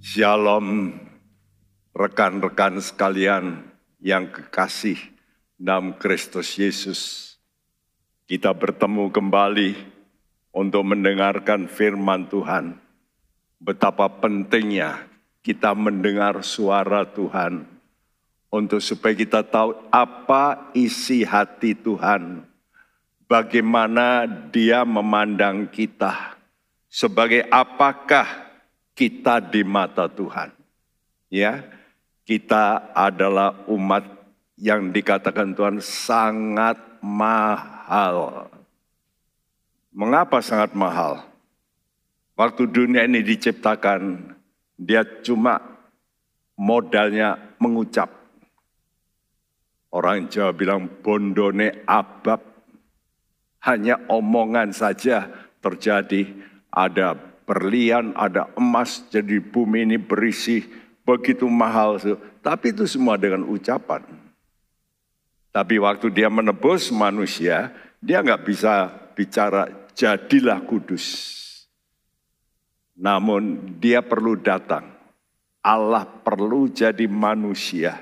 Shalom rekan-rekan sekalian yang kekasih dalam Kristus Yesus. Kita bertemu kembali untuk mendengarkan firman Tuhan. Betapa pentingnya kita mendengar suara Tuhan untuk supaya kita tahu apa isi hati Tuhan. Bagaimana Dia memandang kita. Sebagai apakah kita di mata Tuhan. Ya, kita adalah umat yang dikatakan Tuhan sangat mahal. Mengapa sangat mahal? Waktu dunia ini diciptakan, dia cuma modalnya mengucap. Orang Jawa bilang bondone abab. Hanya omongan saja terjadi. Ada berlian, ada emas, jadi bumi ini berisi begitu mahal. Tapi itu semua dengan ucapan. Tapi waktu dia menebus manusia, dia nggak bisa bicara jadilah kudus. Namun dia perlu datang. Allah perlu jadi manusia.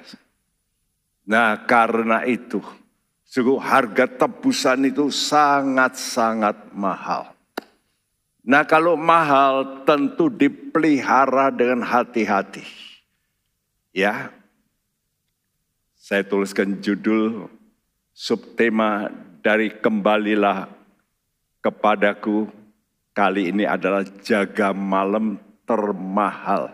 Nah karena itu, sungguh harga tebusan itu sangat-sangat mahal. Nah kalau mahal tentu dipelihara dengan hati-hati. Ya, saya tuliskan judul subtema dari Kembalilah Kepadaku. Kali ini adalah jaga malam termahal.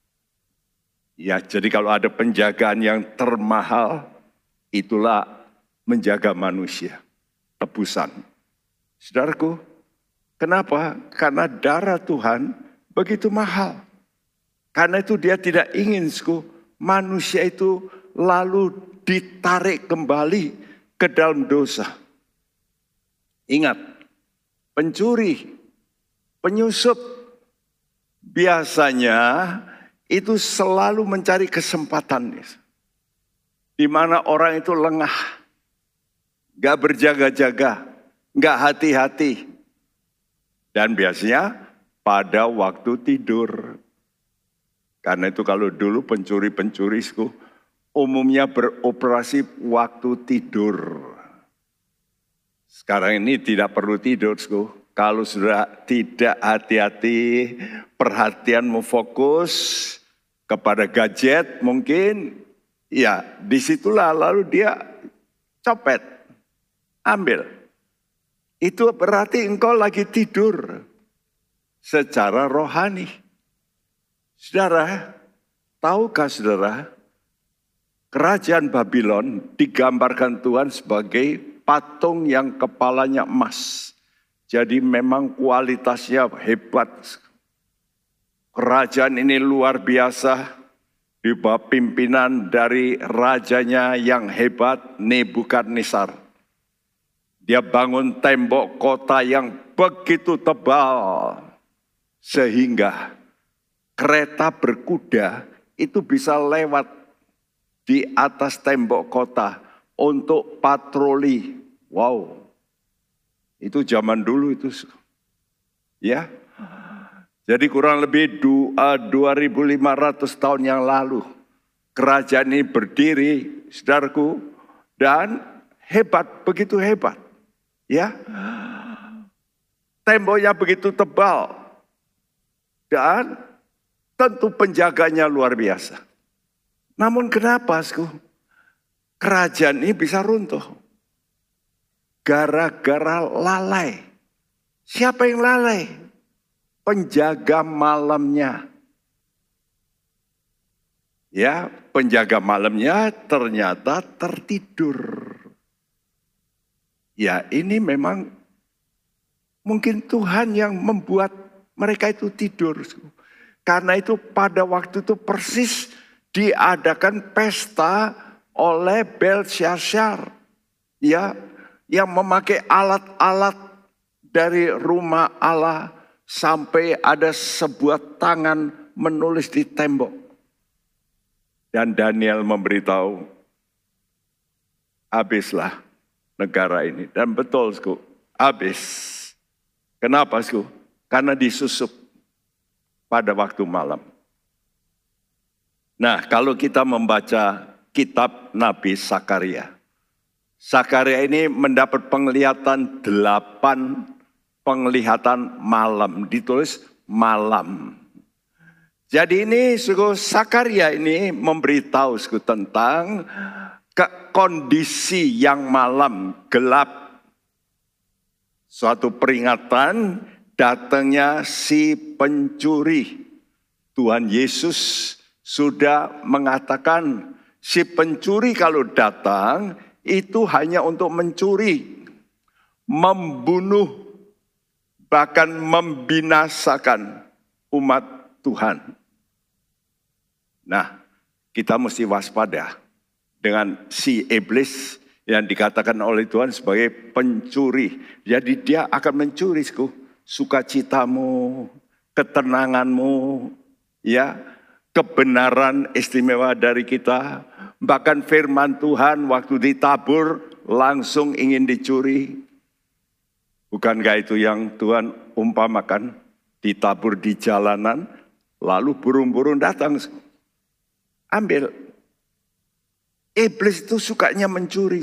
Ya, jadi kalau ada penjagaan yang termahal, itulah menjaga manusia, tebusan. Saudaraku, kenapa? Karena darah Tuhan begitu mahal. Karena itu dia tidak ingin manusia itu lalu ditarik kembali ke dalam dosa. Ingat, pencuri, penyusup, biasanya itu selalu mencari kesempatan. Di mana orang itu lengah. Gak berjaga-jaga, gak hati-hati. Dan biasanya pada waktu tidur. Karena itu kalau dulu pencuri-pencuri umumnya beroperasi waktu tidur. Sekarang ini tidak perlu tidur. Kalau sudah tidak hati-hati, perhatianmu fokus kepada gadget mungkin, ya disitulah lalu dia copet. Ambil. Itu berarti engkau lagi tidur secara rohani. Saudara, tahukah saudara, kerajaan Babylon digambarkan Tuhan sebagai patung yang kepalanya emas. Jadi memang kualitasnya hebat. Kerajaan ini luar biasa di bawah pimpinan dari rajanya yang hebat Nebukadnezar. Dia bangun tembok kota yang begitu tebal sehingga kereta berkuda itu bisa lewat di atas tembok kota untuk patroli. Wow, itu zaman dulu itu. Ya, jadi kurang lebih 2.500 tahun yang lalu kerajaan ini berdiri, saudaraku, dan hebat, begitu hebat. Ya, temboknya begitu tebal dan tentu penjaganya luar biasa. Namun kenapa kerajaan ini bisa runtuh? Gara-gara lalai. Siapa yang lalai? Penjaga malamnya. Ya, penjaga malamnya ternyata tertidur. Ya ini memang mungkin Tuhan yang membuat mereka itu tidur. Karena itu pada waktu itu persis diadakan pesta oleh Belshazzar. Ya, yang memakai alat-alat dari rumah Allah sampai ada sebuah tangan menulis di tembok. Dan Daniel memberitahu, habislah negara ini. Dan betul, habis. Kenapa, Karena disusup pada waktu malam. Nah, kalau kita membaca kitab Nabi Sakaria, Sakaria ini mendapat penglihatan 8 penglihatan malam, ditulis malam. Jadi ini Sakaria ini memberitahu tentang kondisi yang malam, gelap. Suatu peringatan datangnya si pencuri. Tuhan Yesus sudah mengatakan si pencuri kalau datang itu hanya untuk mencuri, membunuh, bahkan membinasakan umat Tuhan. Nah, kita mesti waspada dengan si iblis yang dikatakan oleh Tuhan sebagai pencuri. Jadi dia akan mencuri sukacitamu, ketenanganmu, ya, kebenaran istimewa dari kita. Bahkan firman Tuhan waktu ditabur langsung ingin dicuri. Bukankah itu yang Tuhan umpamakan? Ditabur di jalanan, lalu burung-burung datang, ambil. Iblis itu sukanya mencuri.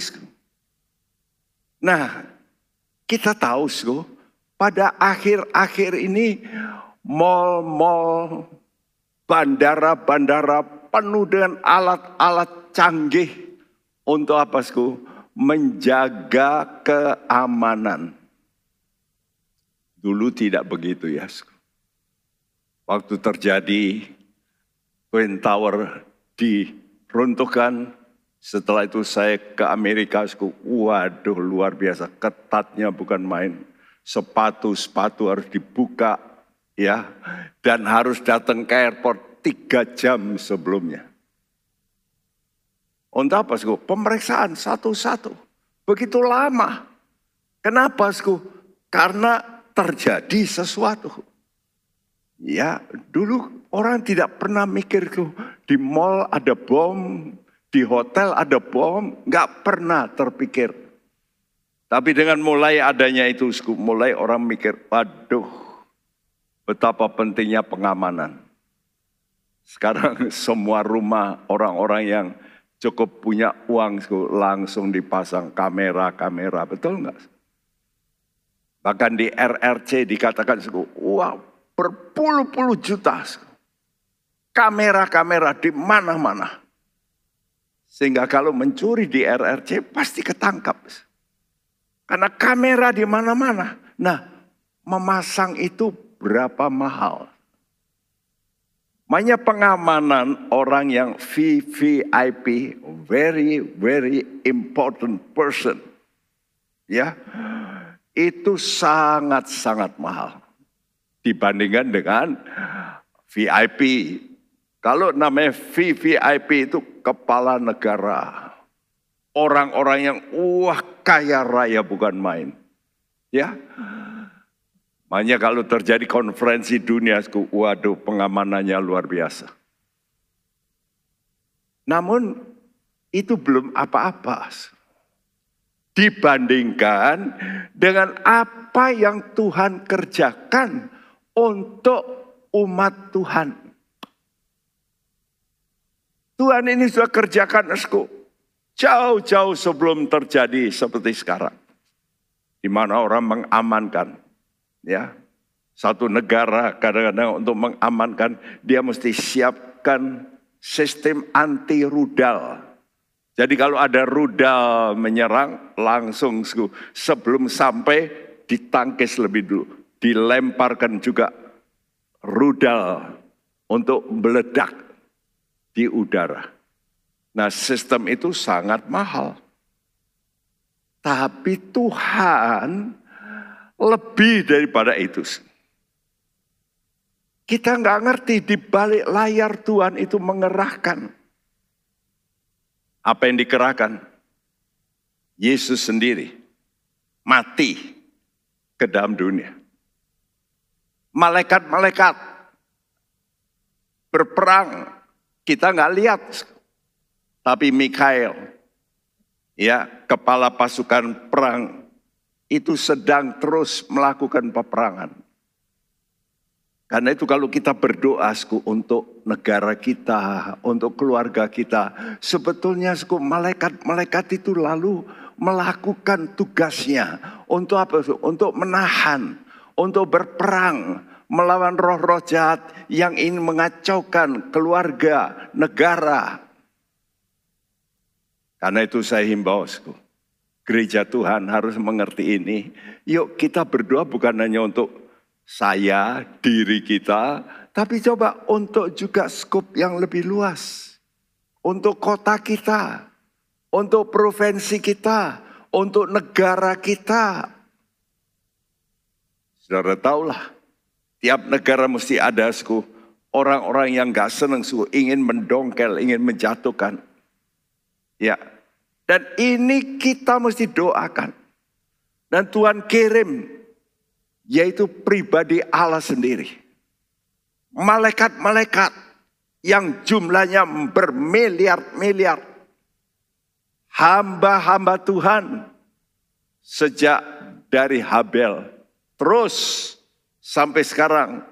Nah, kita tahu pada akhir-akhir ini mal-mal, bandara-bandara penuh dengan alat-alat canggih untuk apa? Menjaga keamanan. Dulu tidak begitu ya. Waktu terjadi Twin Tower diruntuhkan, setelah itu saya ke Amerika, waduh luar biasa, ketatnya bukan main. Sepatu harus dibuka, ya, dan harus datang ke airport 3 jam sebelumnya. Untuk apa, pemeriksaan satu-satu, begitu lama. Kenapa, Karena terjadi sesuatu. Ya, dulu orang tidak pernah mikir di mall ada bom, di hotel ada bom, nggak pernah terpikir. Tapi dengan mulai adanya itu, mulai orang mikir, waduh, betapa pentingnya pengamanan. Sekarang semua rumah orang-orang yang cukup punya uang langsung dipasang kamera, betul nggak? Bahkan di RRC dikatakan, wah, berpuluh-puluh juta kamera di mana-mana. Sehingga kalau mencuri di RRC pasti ketangkap. Karena kamera di mana-mana. Nah, memasang itu berapa mahal? Makanya pengamanan orang yang VVIP, very very important person, ya, itu sangat-sangat mahal dibandingkan dengan VIP. Kalau namanya VVIP itu kepala negara. Orang-orang yang kaya raya bukan main. Ya. Makanya kalau terjadi konferensi dunia, waduh pengamanannya luar biasa. Namun itu belum apa-apa. Dibandingkan dengan apa yang Tuhan kerjakan untuk umat Tuhan. Tuhan ini sudah kerjakan jauh-jauh sebelum terjadi seperti sekarang. Di mana orang mengamankan, ya, satu negara kadang-kadang untuk mengamankan dia mesti siapkan sistem anti rudal. Jadi kalau ada rudal menyerang langsung sebelum sampai ditangkis lebih dulu, dilemparkan juga rudal untuk meledak di udara. Nah, sistem itu sangat mahal. Tapi Tuhan lebih daripada itu. Kita nggak ngerti di balik layar Tuhan itu mengerahkan. Apa yang dikerahkan? Yesus sendiri mati ke dalam dunia. Malaikat-malaikat berperang. Kita nggak lihat, tapi Mikael, ya, kepala pasukan perang, itu sedang terus melakukan peperangan. Karena itu kalau kita berdoa untuk negara kita, untuk keluarga kita, sebetulnya malaikat-malaikat itu lalu melakukan tugasnya untuk apa? Untuk menahan, untuk berperang melawan roh-roh jahat yang ingin mengacaukan keluarga, negara. Karena itu saya himbau, gereja Tuhan harus mengerti ini. Yuk kita berdoa bukan hanya untuk saya, diri kita, tapi coba untuk juga skop yang lebih luas. Untuk kota kita, untuk provinsi kita, untuk negara kita. Saudara tahulah, tiap negara mesti ada orang-orang yang gak senang, ingin mendongkel, ingin menjatuhkan. Ya, dan ini kita mesti doakan. Dan Tuhan kirim, yaitu pribadi Allah sendiri. Malaikat-malaikat yang jumlahnya bermiliar-miliar. Hamba-hamba Tuhan sejak dari Habel terus sampai sekarang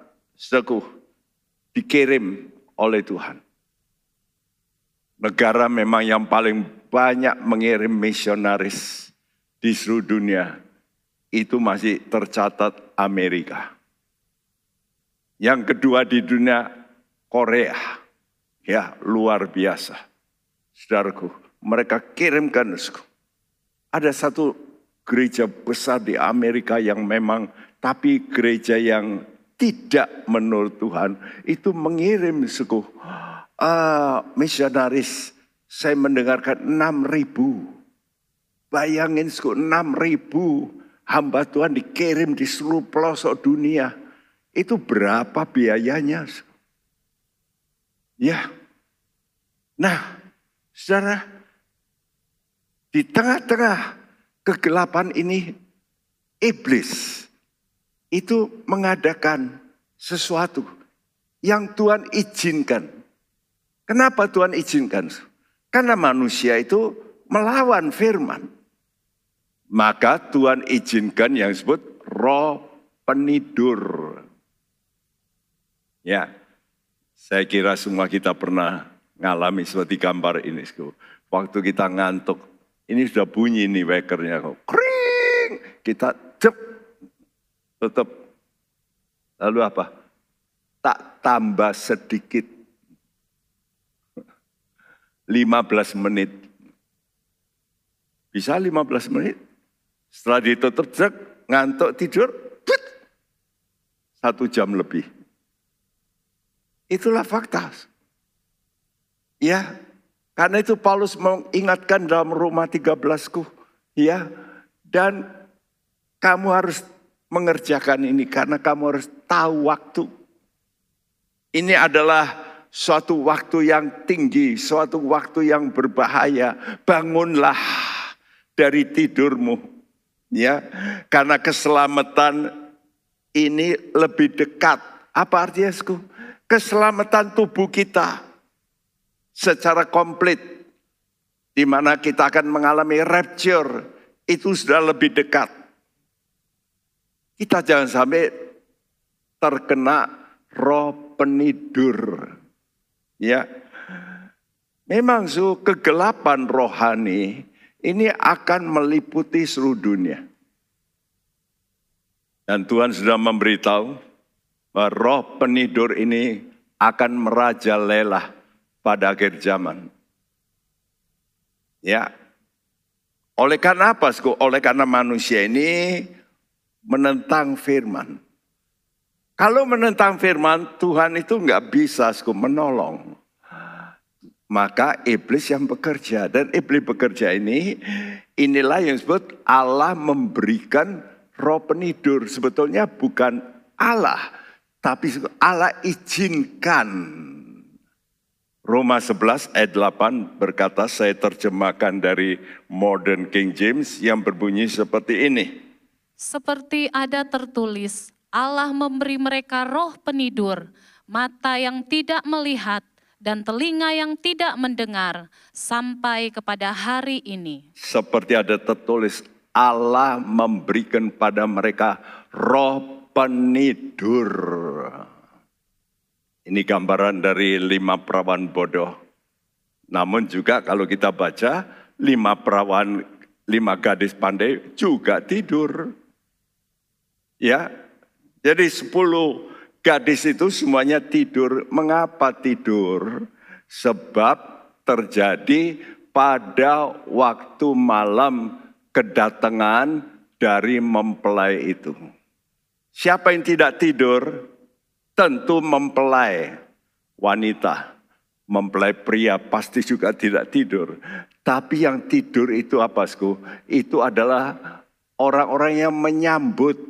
dikirim oleh Tuhan. Negara memang yang paling banyak mengirim misionaris di seluruh dunia itu masih tercatat Amerika. Yang kedua di dunia Korea. Ya, luar biasa. Saudaraku, mereka kirimkan. Ada satu gereja besar di Amerika yang memang, tapi gereja yang tidak menurut Tuhan itu mengirim misionaris. Saya mendengarkan 6.000. Bayangin 6.000 hamba Tuhan dikirim di seluruh pelosok dunia. Itu berapa biayanya? Ya. Nah, saudara, di tengah-tengah kegelapan ini, iblis itu mengadakan sesuatu yang Tuhan izinkan. Kenapa Tuhan izinkan? Karena manusia itu melawan firman. Maka Tuhan izinkan yang disebut roh penidur. Ya, saya kira semua kita pernah ngalami seperti gambar ini. Waktu kita ngantuk, ini sudah bunyi nih wakernya. Kring, kita tutup. Lalu apa? Tak tambah sedikit. 15 menit. Bisa 15 menit. Setelah ditutup, ngantuk tidur, 1 jam lebih. Itulah fakta. Ya, karena itu Paulus mengingatkan dalam Roma 13, ya, dan kamu harus mengerjakan ini karena kamu harus tahu waktu. Ini adalah suatu waktu yang tinggi, suatu waktu yang berbahaya. Bangunlah dari tidurmu, ya, karena keselamatan ini lebih dekat. Apa artinya? Keselamatan tubuh kita secara komplit, di mana kita akan mengalami rapture, itu sudah lebih dekat. Kita jangan sampai terkena roh penidur. Ya, memang kegelapan rohani ini akan meliputi seluruh dunia. Dan Tuhan sudah memberitahu bahwa roh penidur ini akan merajalela pada akhir zaman. Ya, oleh karena apa? Oleh karena manusia ini menentang firman. Kalau menentang firman, Tuhan itu nggak bisa menolong. Maka iblis yang bekerja. Dan iblis bekerja inilah yang disebut Allah memberikan roh penidur. Sebetulnya bukan Allah, tapi Allah izinkan. Roma 11 ayat 8 berkata, saya terjemahkan dari Modern King James yang berbunyi seperti ini. Seperti ada tertulis, Allah memberi mereka roh penidur, mata yang tidak melihat, dan telinga yang tidak mendengar, sampai kepada hari ini. Seperti ada tertulis, Allah memberikan pada mereka roh penidur. Ini gambaran dari 5 perawan bodoh. Namun juga kalau kita baca 5 gadis pandai juga tidur. Ya, jadi 10 gadis itu semuanya tidur. Mengapa tidur? Sebab terjadi pada waktu malam kedatangan dari mempelai itu. Siapa yang tidak tidur? Tentu mempelai wanita. Mempelai pria pasti juga tidak tidur. Tapi yang tidur itu apa, Sku? Itu adalah orang-orang yang menyambut.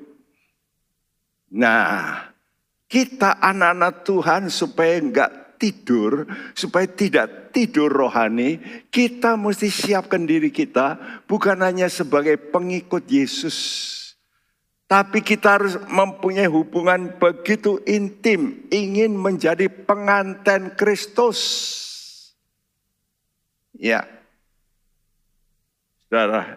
Nah, kita anak-anak Tuhan supaya enggak tidur, supaya tidak tidur rohani, kita mesti siapkan diri kita bukan hanya sebagai pengikut Yesus. Tapi kita harus mempunyai hubungan begitu intim, ingin menjadi pengantin Kristus. Ya, saudara,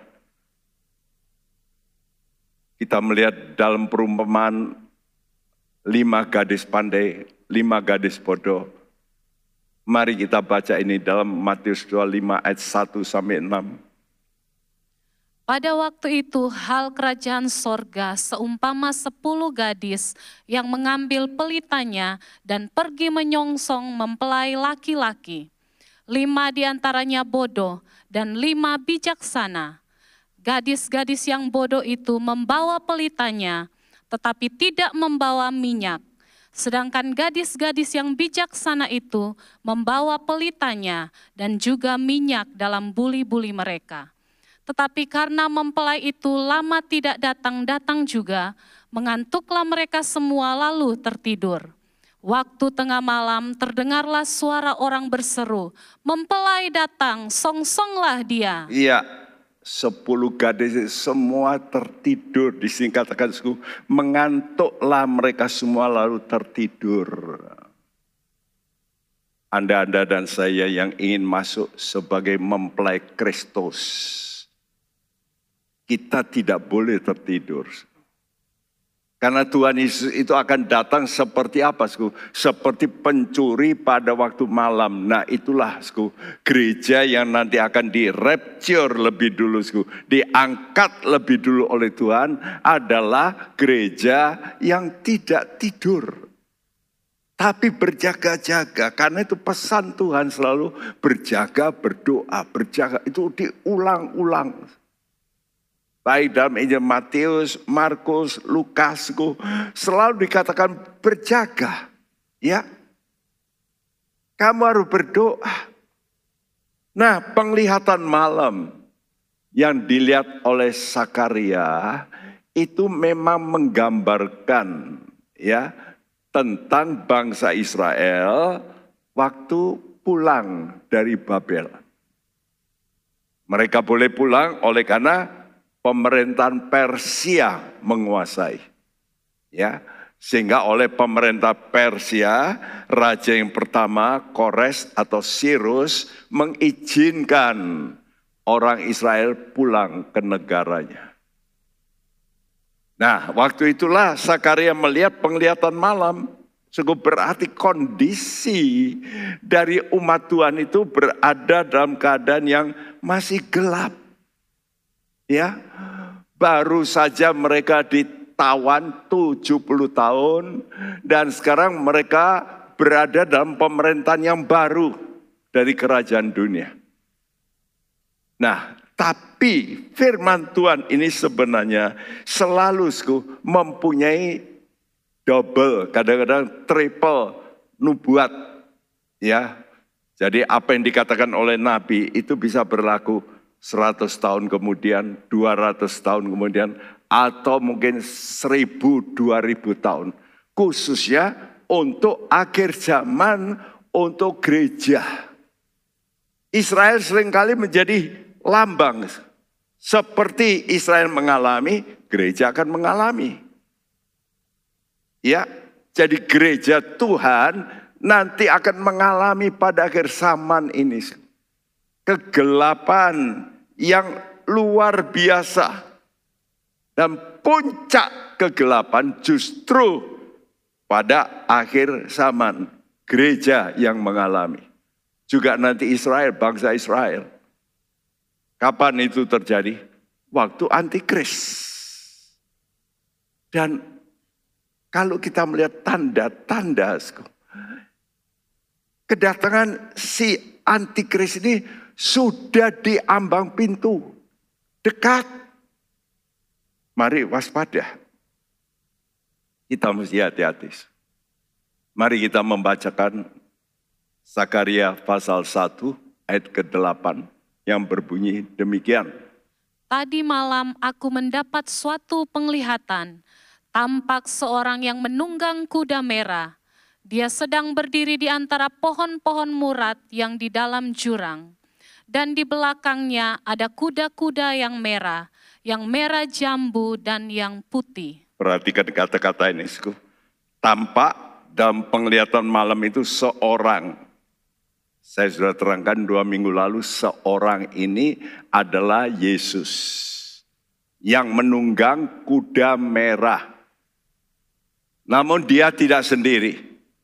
kita melihat dalam perumpamaan 5 gadis pandai, 5 gadis bodoh. Mari kita baca ini dalam Matius 25 ayat 1 sampai 6. Pada waktu itu hal kerajaan sorga seumpama 10 gadis yang mengambil pelitanya dan pergi menyongsong mempelai laki-laki. 5 diantaranya bodoh dan 5 bijaksana. Gadis-gadis yang bodoh itu membawa pelitanya, tetapi tidak membawa minyak. Sedangkan gadis-gadis yang bijaksana itu membawa pelitanya dan juga minyak dalam buli-buli mereka. Tetapi karena mempelai itu lama tidak datang-datang juga, mengantuklah mereka semua lalu tertidur. Waktu tengah malam terdengarlah suara orang berseru, "Mempelai datang, songsonglah dia." Iya, 10 gadis semua tertidur. Disingkatkan, mengantuklah mereka semua lalu tertidur. Anda dan saya yang ingin masuk sebagai mempelai Kristus, kita tidak boleh tertidur. Karena Tuhan Yesus itu akan datang seperti apa, seperti pencuri pada waktu malam. Nah itulah, gereja yang nanti akan di-rapture lebih dulu, diangkat lebih dulu oleh Tuhan adalah gereja yang tidak tidur, tapi berjaga-jaga. Karena itu pesan Tuhan selalu berjaga, berdoa, berjaga. Itu diulang-ulang. Baik dalam Injil Matius, Markus, Lukas, selalu dikatakan berjaga. Ya, kamu harus berdoa. Nah, penglihatan malam yang dilihat oleh Sakaria itu memang menggambarkan ya tentang bangsa Israel waktu pulang dari Babel. Mereka boleh pulang oleh karena pemerintahan Persia menguasai. Ya, sehingga oleh pemerintah Persia, raja yang pertama, Kores atau Sirus, mengizinkan orang Israel pulang ke negaranya. Nah, waktu itulah Sakaria melihat penglihatan malam. Cukup berarti kondisi dari umat Tuhan itu berada dalam keadaan yang masih gelap. Ya, baru saja mereka ditawan 70 tahun dan sekarang mereka berada dalam pemerintahan yang baru dari kerajaan dunia. Nah, tapi firman Tuhan ini sebenarnya selalu mempunyai double, kadang-kadang triple nubuat. Ya, jadi apa yang dikatakan oleh Nabi itu bisa berlaku 100 tahun kemudian, 200 tahun kemudian, atau mungkin 1000-2000 tahun. Khususnya untuk akhir zaman, untuk gereja. Israel seringkali menjadi lambang. Seperti Israel mengalami, gereja akan mengalami. Ya, jadi gereja Tuhan nanti akan mengalami pada akhir zaman ini kegelapan yang luar biasa. Dan puncak kegelapan justru pada akhir zaman. gereja yang mengalami. Juga nanti Israel, bangsa Israel. Kapan itu terjadi? Waktu antikris. Dan kalau kita melihat tanda-tanda, kedatangan si antikris ini sudah di ambang pintu. Dekat. Mari waspada. Kita mesti hati-hati. Mari kita membacakan Zakaria pasal 1 ayat ke-8 yang berbunyi demikian. Tadi malam aku mendapat suatu penglihatan, tampak seorang yang menunggang kuda merah. Dia sedang berdiri di antara pohon-pohon murat yang di dalam jurang. Dan di belakangnya ada kuda-kuda yang merah jambu dan yang putih. Perhatikan kata-kata ini. Tampak dalam penglihatan malam itu seorang. Saya sudah terangkan 2 minggu lalu, seorang ini adalah Yesus yang menunggang kuda merah. Namun dia tidak sendiri.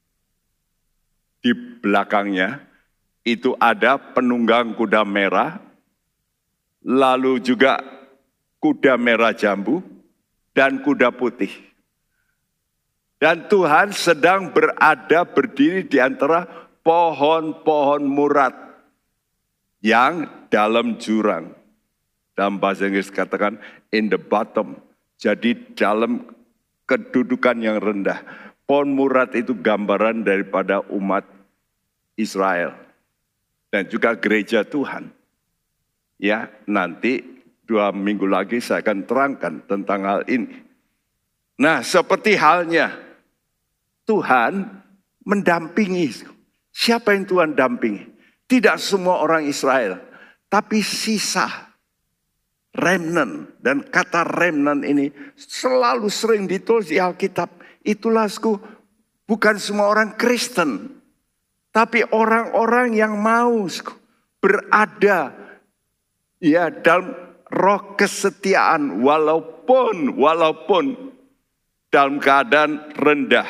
Di belakangnya itu ada penunggang kuda merah, lalu juga kuda merah jambu dan kuda putih. Dan Tuhan sedang berdiri di antara pohon-pohon murat yang dalam jurang. Dalam bahasa Inggris katakan in the bottom. Jadi dalam kedudukan yang rendah. Pohon murat itu gambaran daripada umat Israel. Dan juga gereja Tuhan. Ya, nanti 2 minggu lagi saya akan terangkan tentang hal ini. Nah, seperti halnya Tuhan mendampingi. Siapa yang Tuhan dampingi? Tidak semua orang Israel, tapi sisa remnant. Dan kata remnant ini selalu sering ditulis di Alkitab. Itulah bukan semua orang Kristen, tapi orang-orang yang mau berada ya dalam roh kesetiaan walaupun dalam keadaan rendah.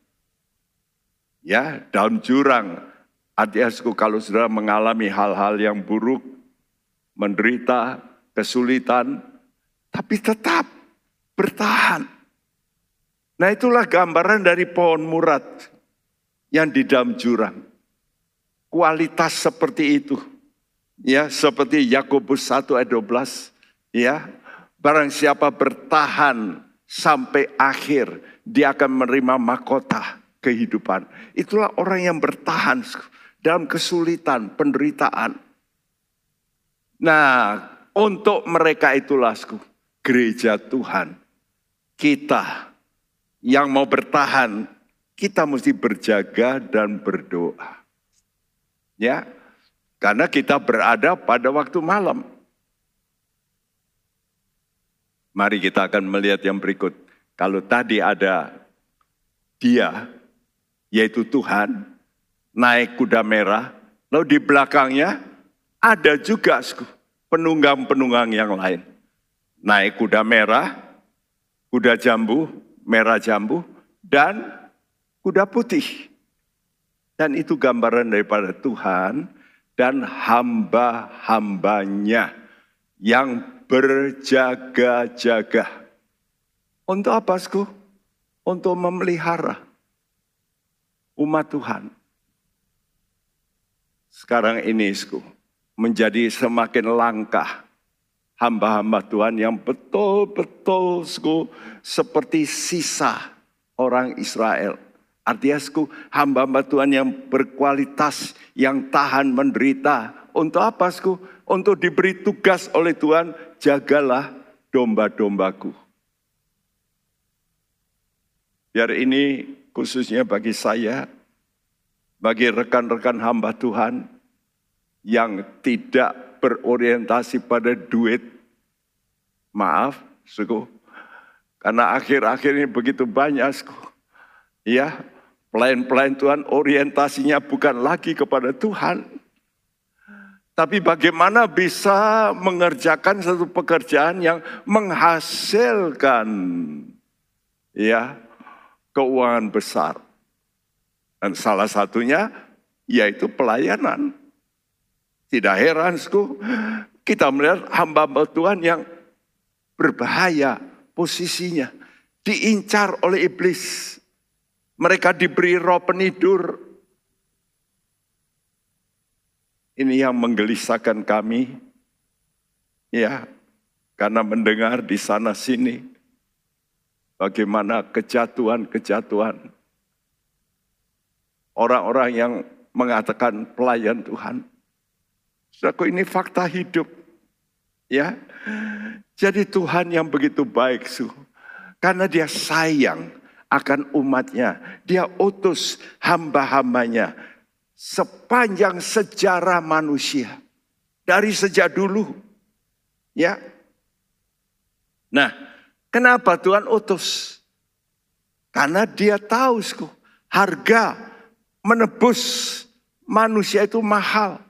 Ya, dalam jurang. Adik-adikku, kalau saudara mengalami hal-hal yang buruk, menderita, kesulitan, tapi tetap bertahan. Nah, itulah gambaran dari pohon murat yang di dalam jurang. Kualitas seperti itu. Ya, seperti Yakobus 1 ayat 12. Ya, barang siapa bertahan sampai akhir, dia akan menerima mahkota kehidupan. Itulah orang yang bertahan dalam kesulitan, penderitaan. Nah, untuk mereka itulah gereja Tuhan. Kita yang mau bertahan, kita mesti berjaga dan berdoa. Ya, karena kita berada pada waktu malam. Mari kita akan melihat yang berikut. Kalau tadi ada dia, yaitu Tuhan, naik kuda merah, lalu di belakangnya ada juga penunggang-penunggang yang lain. Naik kuda merah, kuda jambu, merah jambu, dan kuda putih. Dan itu gambaran daripada Tuhan dan hamba-hambanya yang berjaga-jaga. Untuk apa, Untuk memelihara umat Tuhan. Sekarang ini, menjadi semakin langka hamba-hamba Tuhan yang betul-betul, seperti sisa orang Israel. Artinya, hamba-hamba Tuhan yang berkualitas, yang tahan menderita. Untuk apa, Untuk diberi tugas oleh Tuhan, jagalah domba-dombaku. Biar ini khususnya bagi saya, bagi rekan-rekan hamba Tuhan yang tidak berorientasi pada duit. Maaf, karena akhir-akhir ini begitu banyak, ya, pelayan-pelayan Tuhan orientasinya bukan lagi kepada Tuhan, tapi bagaimana bisa mengerjakan satu pekerjaan yang menghasilkan, ya, keuangan besar. Dan salah satunya yaitu pelayanan. Tidak heran, kita melihat hamba-hamba Tuhan yang berbahaya posisinya. Diincar oleh iblis. Mereka diberi roh penidur. Ini yang menggelisahkan kami. Ya, karena mendengar di sana sini. Bagaimana kejatuhan-kejatuhan. Orang-orang yang mengatakan pelayan Tuhan. Saudaraku, ini fakta hidup. Ya, jadi Tuhan yang begitu baik, karena Dia sayang akan umatnya. Dia utus hamba-hambanya sepanjang sejarah manusia. Dari sejak dulu. Ya. Nah, kenapa Tuhan utus? Karena Dia tahu, harga menebus manusia itu mahal.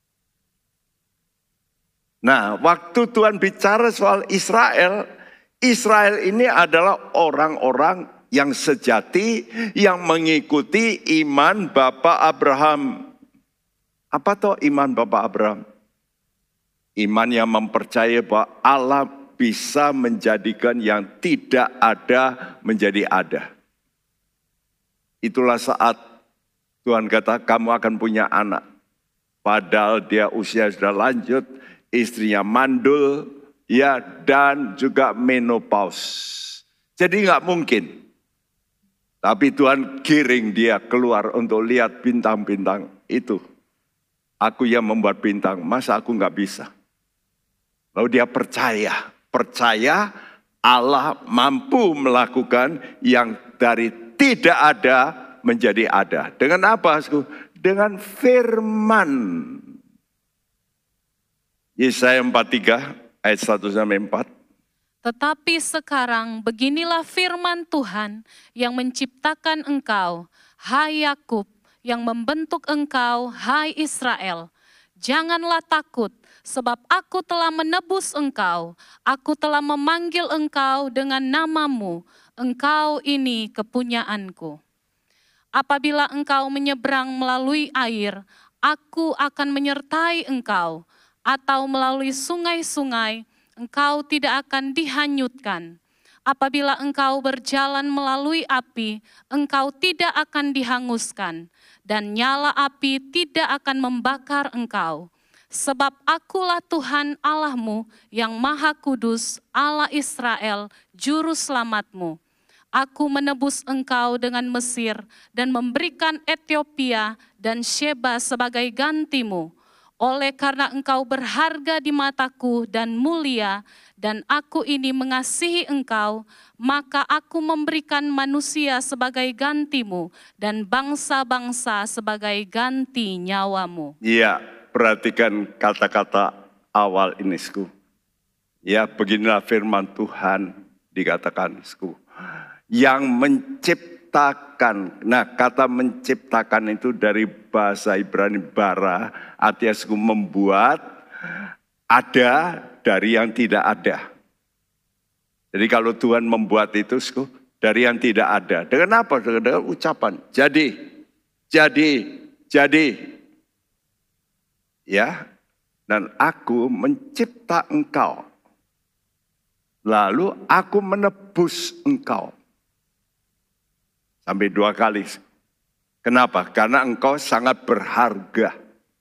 Nah, waktu Tuhan bicara soal Israel, Israel ini adalah orang-orang yang sejati, yang mengikuti iman Bapak Abraham. Apa toh iman Bapak Abraham? Iman yang mempercayai bahwa Allah bisa menjadikan yang tidak ada menjadi ada. Itulah saat Tuhan kata, kamu akan punya anak. Padahal dia usia sudah lanjut, istrinya mandul, ya, dan juga menopause. Jadi nggak mungkin. Tapi Tuhan giring dia keluar untuk lihat bintang-bintang itu. Aku yang membuat bintang, masa aku nggak bisa? Lalu dia percaya Allah mampu melakukan yang dari tidak ada menjadi ada. Dengan apa? Dengan firman. Yesaya 43 ayat 1-4. Tetapi sekarang beginilah firman Tuhan yang menciptakan engkau, hai Yakub, yang membentuk engkau, hai Israel. Janganlah takut, sebab aku telah menebus engkau. Aku telah memanggil engkau dengan namamu. Engkau ini kepunyaanku. Apabila engkau menyeberang melalui air, aku akan menyertai engkau. Atau melalui sungai-sungai, engkau tidak akan dihanyutkan. Apabila engkau berjalan melalui api, engkau tidak akan dihanguskan. Dan nyala api tidak akan membakar engkau. Sebab akulah Tuhan Allahmu yang Maha Kudus, Allah Israel, Juru Selamatmu. Aku menebus engkau dengan Mesir dan memberikan Ethiopia dan Sheba sebagai gantimu. Oleh karena engkau berharga di mataku dan mulia, dan aku ini mengasihi engkau, maka aku memberikan manusia sebagai gantimu, dan bangsa-bangsa sebagai ganti nyawamu. Iya, perhatikan kata-kata awal ini, Ya, beginilah firman Tuhan dikatakan, yang menciptakan. Nah, kata menciptakan itu dari bahasa Ibrani bara, artinya membuat, ada dari yang tidak ada. Jadi kalau Tuhan membuat itu dari yang tidak ada. Dengan apa? Dengan ucapan. Jadi. Ya, dan aku mencipta engkau. Lalu aku menebus engkau. Sampai 2 kali. Kenapa? Karena engkau sangat berharga.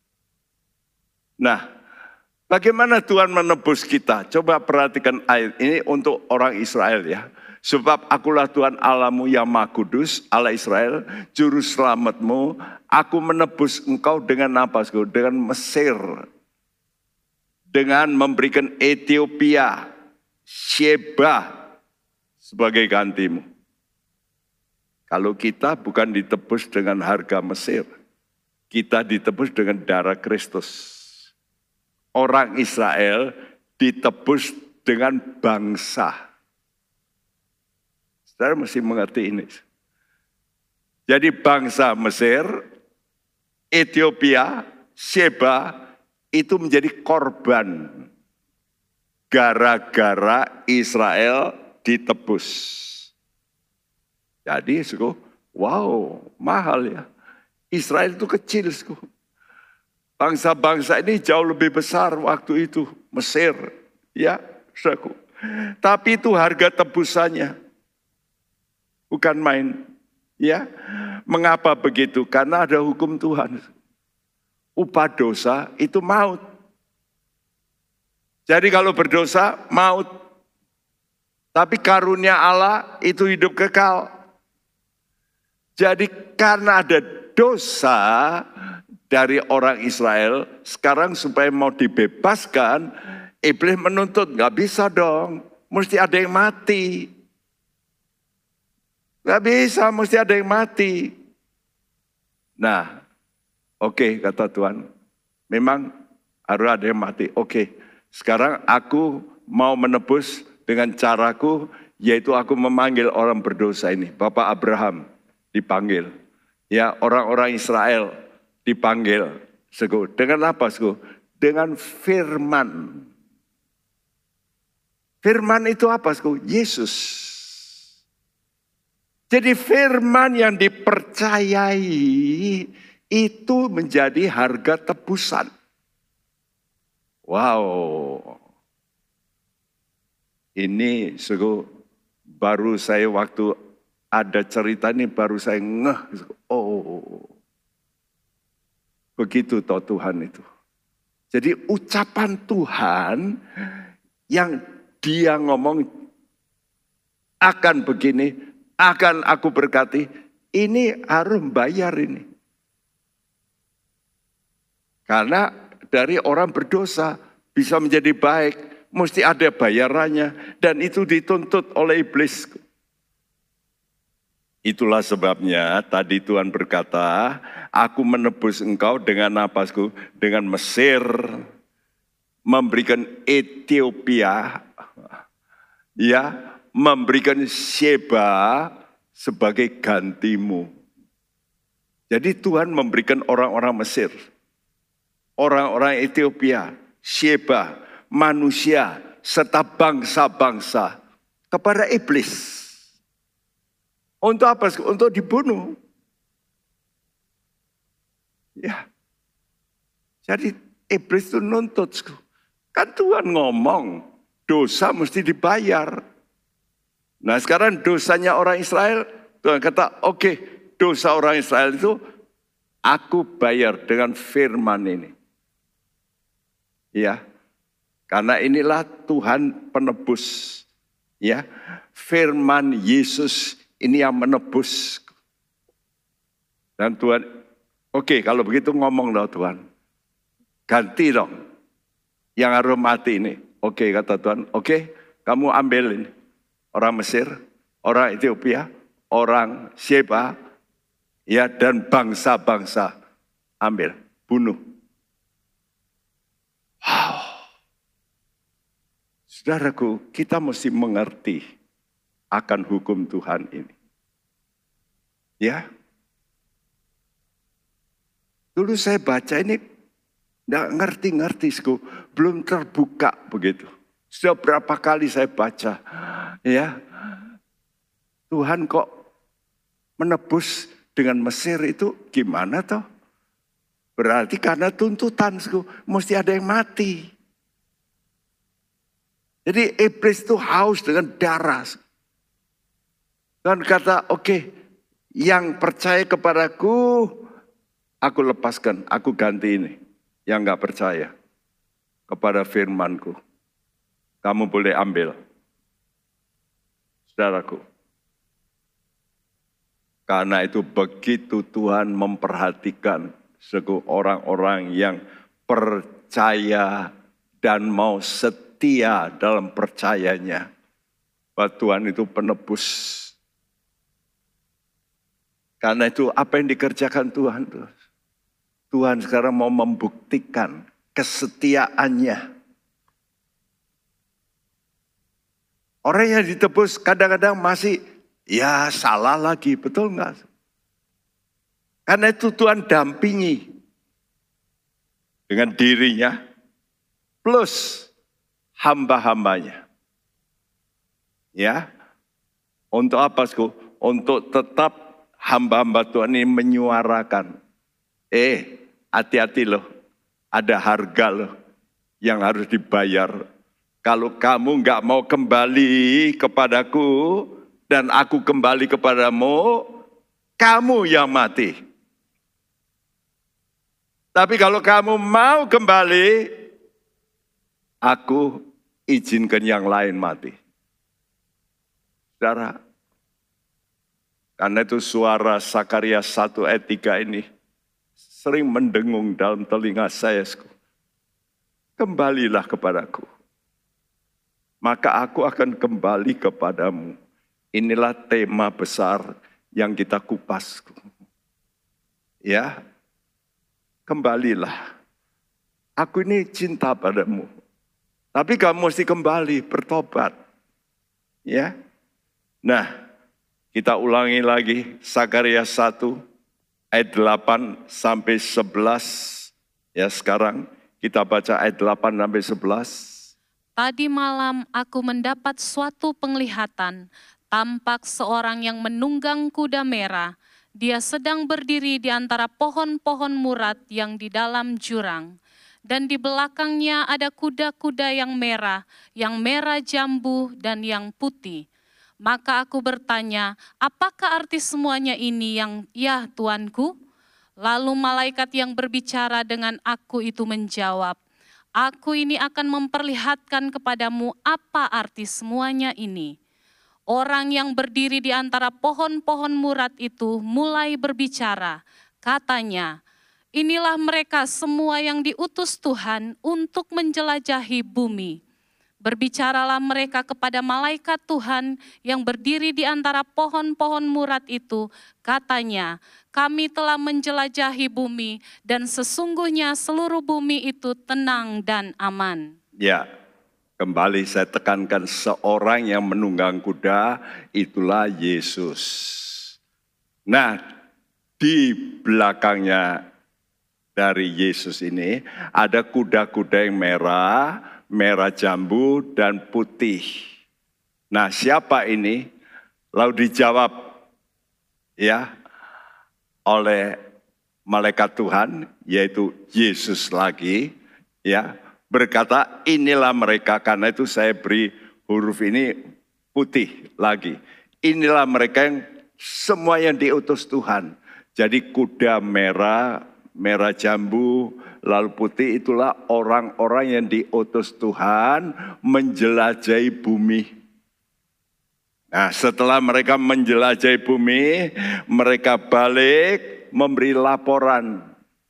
Nah, bagaimana Tuhan menebus kita? Coba perhatikan ayat ini untuk orang Israel ya. Sebab akulah Tuhan Allahmu yang Maha Kudus, Allah Israel, Juru Selamatmu. Aku menebus engkau dengan apa? Dengan Mesir. Dengan memberikan Ethiopia, Sheba sebagai gantimu. Kalau kita bukan ditebus dengan harga Mesir, kita ditebus dengan darah Kristus. Orang Israel ditebus dengan bangsa. Saudara mesti mengerti ini. Jadi bangsa Mesir, Ethiopia, Sheba itu menjadi korban gara-gara Israel ditebus. Jadi wow, mahal ya. Israel itu kecil. Bangsa-bangsa ini jauh lebih besar waktu itu. Mesir, ya, saudaraku. Tapi itu harga tebusannya. Bukan main. Ya, mengapa begitu? Karena ada hukum Tuhan. Upah dosa itu maut. Jadi kalau berdosa, maut. Tapi karunia Allah itu hidup kekal. Jadi karena ada dosa dari orang Israel, sekarang supaya mau dibebaskan, iblis menuntut, gak bisa dong, mesti ada yang mati. Gak bisa, mesti ada yang mati. Nah, oke, kata Tuhan, memang harus ada yang mati. Oke, sekarang aku mau menebus dengan caraku, yaitu aku memanggil orang berdosa ini. Bapak Abraham dipanggil, ya orang-orang Israel dipanggil. Dengan apa? Dengan firman. Firman itu apa? Yesus. Jadi firman yang dipercayai itu menjadi harga tebusan. Wow. Ini baru saya waktu ada cerita ini baru saya ngeh. Oh. Begitu toh Tuhan itu. Jadi ucapan Tuhan yang dia ngomong akan begini, akan aku berkati, ini harus bayar ini. Karena dari orang berdosa bisa menjadi baik, mesti ada bayarannya. Dan itu dituntut oleh iblis. Itulah sebabnya tadi Tuhan berkata, aku menebus engkau dengan apa? Dengan Mesir, memberikan Ethiopia, ya, memberikan Sheba sebagai gantimu. Jadi Tuhan memberikan orang-orang Mesir, orang-orang Ethiopia, Sheba, manusia, serta bangsa-bangsa kepada iblis. Untuk apa? Untuk dibunuh. Ya. Jadi iblis itu nuntut. Kan Tuhan ngomong, dosa mesti dibayar. Nah sekarang dosanya orang Israel, Tuhan kata, oke, dosa orang Israel itu aku bayar dengan firman ini. Ya. Karena inilah Tuhan penebus. Ya. Firman Yesus ini yang menebus. Dan Tuhan, oke, kalau begitu ngomong dong Tuhan. Ganti dong. Yang harus mati ini. Oke, kata Tuhan. Oke, kamu ambil ini. Orang Mesir, orang Ethiopia, orang Sheba, ya, dan bangsa-bangsa. Ambil, bunuh. Wow. Saudaraku, kita mesti mengerti akan hukum Tuhan ini. Ya. Dulu saya baca ini enggak ngerti-ngerti, belum terbuka begitu. Sudah berapa kali saya baca, ya. Tuhan kok menebus dengan Mesir itu gimana toh? Berarti karena tuntutan, mesti ada yang mati. Jadi iblis itu haus dengan darah. Dan kata, oke, yang percaya kepadaku, aku lepaskan, aku ganti ini. Yang gak percaya kepada firmanku, kamu boleh ambil. Saudaraku, karena itu begitu Tuhan memperhatikan orang-orang yang percaya dan mau setia dalam percayanya, bahwa Tuhan itu penebus. Karena itu apa yang dikerjakan Tuhan? Tuhan sekarang mau membuktikan kesetiaannya. Orang yang ditebus kadang-kadang masih ya salah lagi, betul enggak? Karena itu Tuhan dampingi dengan dirinya plus hamba-hambanya. Ya, untuk apa? Untuk tetap hamba-hamba Tuhan ini menyuarakan Hati-hati loh, ada harga loh yang harus dibayar. Kalau kamu nggak mau kembali kepadaku dan aku kembali kepadamu, kamu yang mati. Tapi kalau kamu mau kembali, aku izinkan yang lain mati. Saudara, karena itu suara Sakaria 1 ayat 3 ini sering mendengung dalam telinga saya. Kembalilah kepadaku, maka aku akan kembali kepadamu. Inilah tema besar yang kita kupas. Ya, kembalilah. Aku ini cinta padamu. Tapi kamu mesti kembali, bertobat. Ya. Nah, kita ulangi lagi Sakaria 1 ayat 8 sampai 11. Ya, sekarang kita baca ayat 8 sampai 11. Tadi malam aku mendapat suatu penglihatan, tampak seorang yang menunggang kuda merah. Dia sedang berdiri di antara pohon-pohon murat yang di dalam jurang. Dan di belakangnya ada kuda-kuda yang merah jambu dan yang putih. Maka aku bertanya, apakah arti semuanya ini yang ya Tuanku? Lalu malaikat yang berbicara dengan aku itu menjawab, aku ini akan memperlihatkan kepadamu apa arti semuanya ini. Orang yang berdiri di antara pohon-pohon murat itu mulai berbicara, katanya, inilah mereka semua yang diutus Tuhan untuk menjelajahi bumi. Berbicaralah mereka kepada malaikat Tuhan yang berdiri di antara pohon-pohon murat itu, katanya, kami telah menjelajahi bumi dan sesungguhnya seluruh bumi itu tenang dan aman. Ya, kembali saya tekankan, seorang yang menunggang kuda itulah Yesus. Nah, di belakangnya dari Yesus ini ada kuda-kuda yang merah jambu dan putih. Nah, siapa ini? Lalu dijawab ya oleh malaikat Tuhan, yaitu Yesus lagi, ya, berkata, inilah mereka, karena itu saya beri huruf ini putih lagi. Inilah mereka yang semua yang diutus Tuhan. Jadi kuda merah jambu, lalu putih, itulah orang-orang yang diutus Tuhan menjelajahi bumi. Nah, setelah mereka menjelajahi bumi, mereka balik memberi laporan.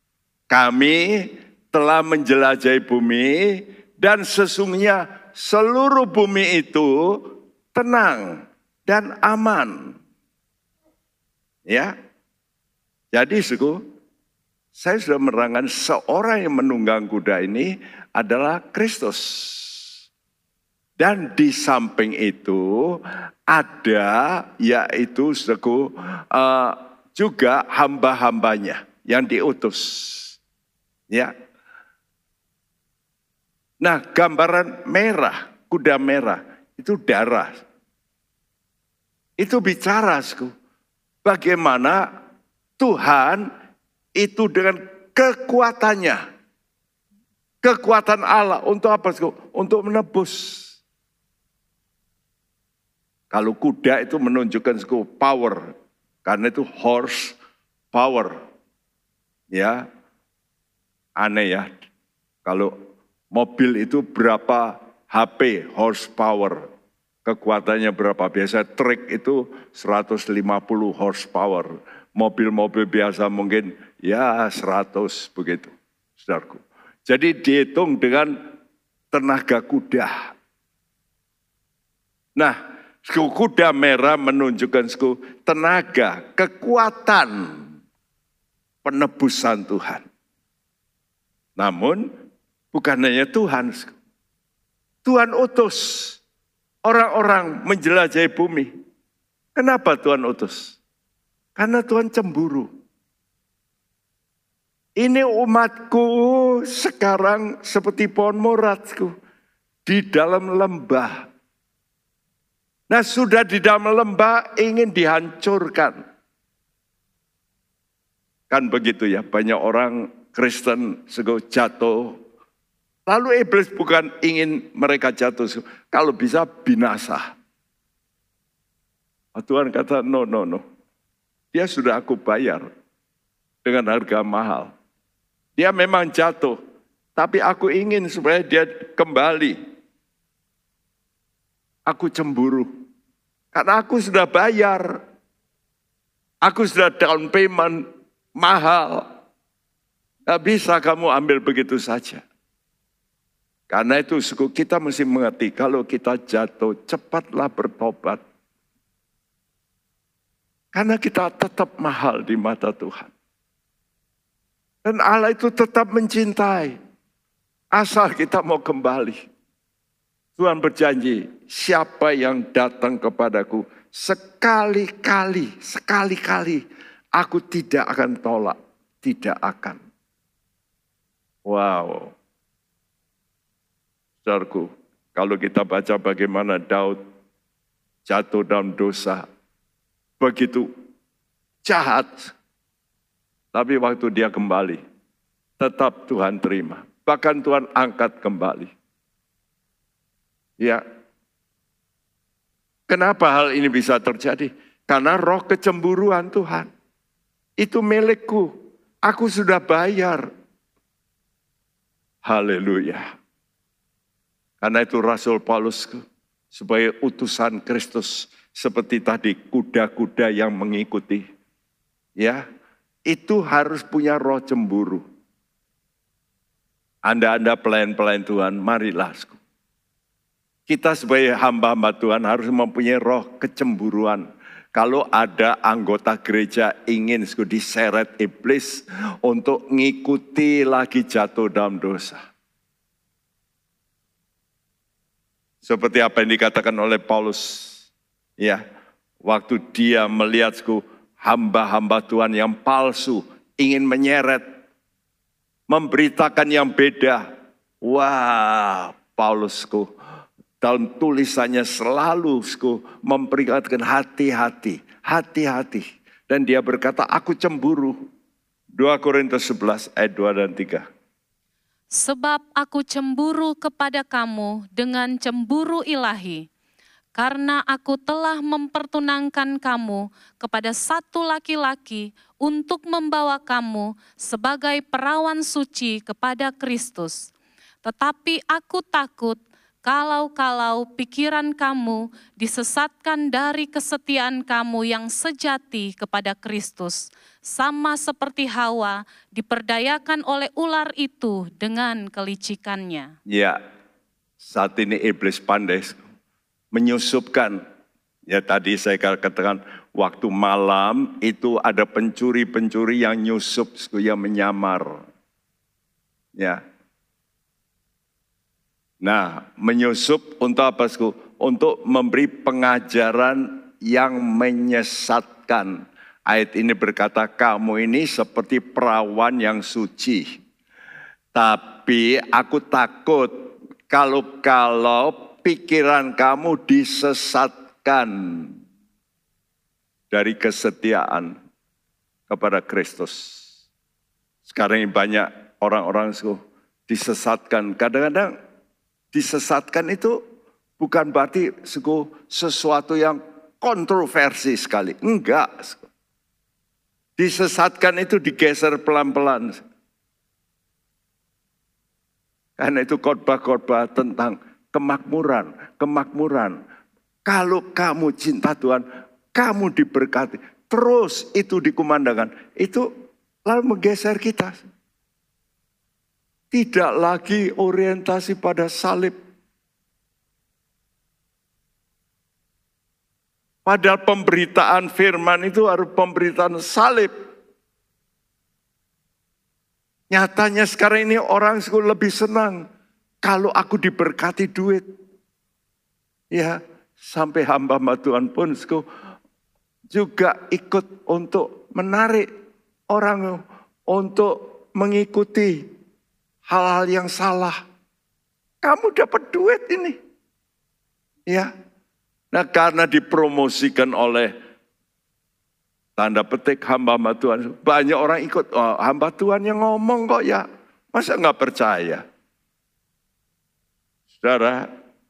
Kami telah menjelajahi bumi dan sesungguhnya seluruh bumi itu tenang dan aman. Ya, jadi saya sudah menerangkan seorang yang menunggang kuda ini adalah Kristus. Dan di samping itu ada yaitu juga hamba-hambanya yang diutus. Ya. Nah, gambaran merah, kuda merah itu darah. Itu bicara bagaimana Tuhan itu dengan kekuatannya, kekuatan Allah untuk apa? Untuk menebus. Kalau kuda itu menunjukkan power, karena itu horse power. Ya, aneh ya. Kalau mobil itu berapa HP horsepower, kekuatannya berapa? Biasa truk itu 150 horsepower. Mobil-mobil biasa mungkin ya 100 begitu, saudaraku. Jadi dihitung dengan tenaga kuda. Nah, kuda merah menunjukkan tenaga, kekuatan penebusan Tuhan. Namun bukan hanya Tuhan. Tuhan utus orang-orang menjelajahi bumi. Kenapa Tuhan utus? Karena Tuhan cemburu. Ini umatku sekarang seperti pohon muratku di dalam lembah. Nah, sudah di dalam lembah ingin dihancurkan. Kan begitu ya, banyak orang Kristen jatuh. Lalu iblis bukan ingin mereka jatuh, kalau bisa binasa. Tuhan kata, no. Dia sudah aku bayar dengan harga mahal. Dia memang jatuh, tapi aku ingin supaya dia kembali. Aku cemburu, karena aku sudah bayar. Aku sudah down payment mahal. Gak bisa kamu ambil begitu saja. Karena itu kita mesti mengerti, kalau kita jatuh, cepatlah bertobat. Karena kita tetap mahal di mata Tuhan. Dan Allah itu tetap mencintai. Asal kita mau kembali. Tuhan berjanji, siapa yang datang kepadaku, sekali-kali, aku tidak akan tolak. Tidak akan. Wow. Saudaraku, kalau kita baca bagaimana Daud jatuh dalam dosa, begitu jahat. Tapi waktu dia kembali, tetap Tuhan terima. Bahkan Tuhan angkat kembali. Ya. Kenapa hal ini bisa terjadi? Karena roh kecemburuan Tuhan. Itu milikku. Aku sudah bayar. Haleluya. Karena itu Rasul Paulus sebagai utusan Kristus seperti tadi kuda-kuda yang mengikuti. Ya, itu harus punya roh cemburu. Anda pelayan-pelayan Tuhan, marilah. Kita sebagai hamba-hamba Tuhan harus mempunyai roh kecemburuan. Kalau ada anggota gereja ingin diseret iblis untuk ngikuti lagi jatuh dalam dosa. Seperti apa yang dikatakan oleh Paulus, ya, waktu dia melihat hamba-hamba Tuhan yang palsu ingin menyeret, memberitakan yang beda. Wah, Paulus dalam tulisannya selalu memperingatkan hati-hati. Dan dia berkata, aku cemburu. 2 Korintus 11 ayat 2 dan 3. Sebab aku cemburu kepada kamu dengan cemburu ilahi, karena aku telah mempertunangkan kamu kepada satu laki-laki untuk membawa kamu sebagai perawan suci kepada Kristus. Tetapi aku takut kalau pikiran kamu disesatkan dari kesetiaan kamu yang sejati kepada Kristus, sama seperti Hawa diperdayakan oleh ular itu dengan kelicikannya. Ya, saat ini iblis pandai menyusupkan. Ya tadi saya katakan waktu malam itu ada pencuri-pencuri yang nyusup, yang menyamar. Ya. Nah, menyusup untuk apa? Untuk memberi pengajaran yang menyesatkan. Ayat ini berkata, kamu ini seperti perawan yang suci. Tapi aku takut kalau pikiran kamu disesatkan dari kesetiaan kepada Kristus. Sekarang ini banyak orang-orang disesatkan. Kadang-kadang disesatkan itu bukan berarti sesuatu yang kontroversi sekali. Enggak. Disesatkan itu digeser pelan-pelan. Karena itu khotbah-khotbah tentang kemakmuran. Kalau kamu cinta Tuhan, kamu diberkati. Terus itu dikumandangkan. Itu lalu menggeser kita. Tidak lagi orientasi pada salib. Padahal pemberitaan firman itu harus pemberitaan salib. Nyatanya sekarang ini orang lebih senang kalau aku diberkati duit. Ya, sampai hamba-hamba Tuhan pun juga ikut untuk menarik orang untuk mengikuti hal-hal yang salah. Kamu dapat duit ini. Ya. Nah, karena dipromosikan oleh Tanda petik hamba-hamba Tuhan. Banyak orang ikut, oh, hamba Tuhan yang ngomong kok ya. Masa nggak percaya? Saudara,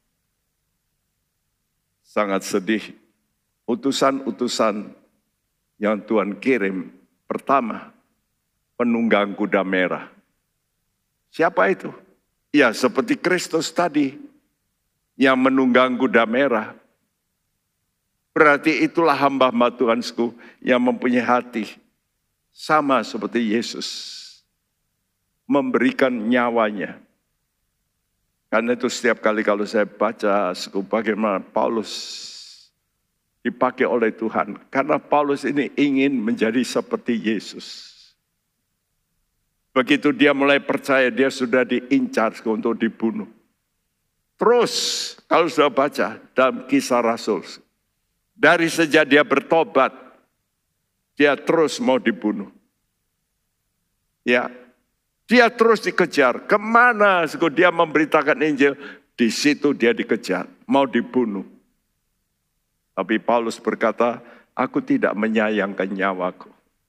sangat sedih. Utusan-utusan yang Tuhan kirim. Pertama, penunggang kuda merah. Siapa itu? Ya seperti Kristus tadi. Yang menunggang kuda merah. Berarti itulah hamba-hamba Tuhanku yang mempunyai hati sama seperti Yesus. Memberikan nyawanya. Karena itu setiap kali kalau saya baca bagaimana Paulus dipakai oleh Tuhan. Karena Paulus ini ingin menjadi seperti Yesus. Begitu dia mulai percaya, dia sudah diincar untuk dibunuh. Terus kalau sudah baca dalam Kisah Rasul, dari sejak dia bertobat, dia terus mau dibunuh. Ya, dia terus dikejar. Kemana dia memberitakan Injil, di situ dia dikejar, mau dibunuh. Tapi Paulus berkata, aku tidak menyayangkan nyawaku.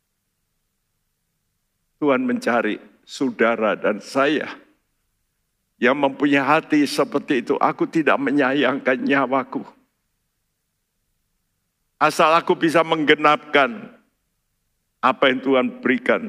Tuhan mencari saudara dan saya yang mempunyai hati seperti itu. Aku tidak menyayangkan nyawaku. Asal aku bisa menggenapkan apa yang Tuhan berikan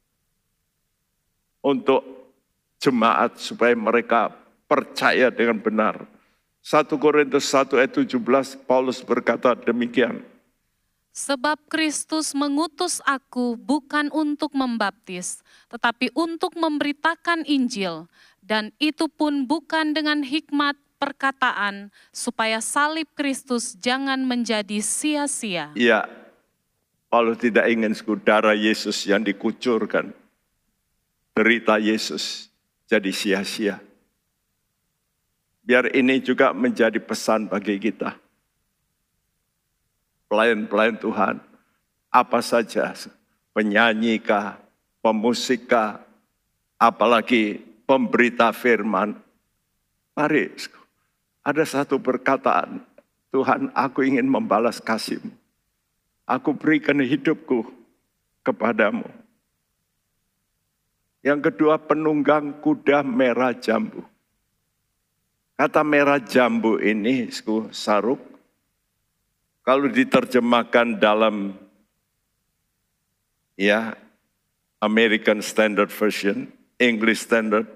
untuk jemaat supaya mereka percaya dengan benar. 1 Korintus 1 ayat 17 Paulus berkata demikian. Sebab Kristus mengutus aku bukan untuk membaptis, tetapi untuk memberitakan Injil, dan itu pun bukan dengan hikmat perkataan, supaya salib Kristus jangan menjadi sia-sia. Iya, Paulus tidak ingin darah Yesus yang dikucurkan, derita Yesus jadi sia-sia. Biar ini juga menjadi pesan bagi kita. Pelayan-pelayan Tuhan, apa saja, penyanyikah, pemusikkah, apalagi pemberita firman. Mari, ada satu perkataan, Tuhan aku ingin membalas kasih-Mu. Aku berikan hidupku kepadamu. Yang kedua, penunggang kuda merah jambu. Kata merah jambu ini, saruk, kalau diterjemahkan dalam ya American Standard Version, English Standard,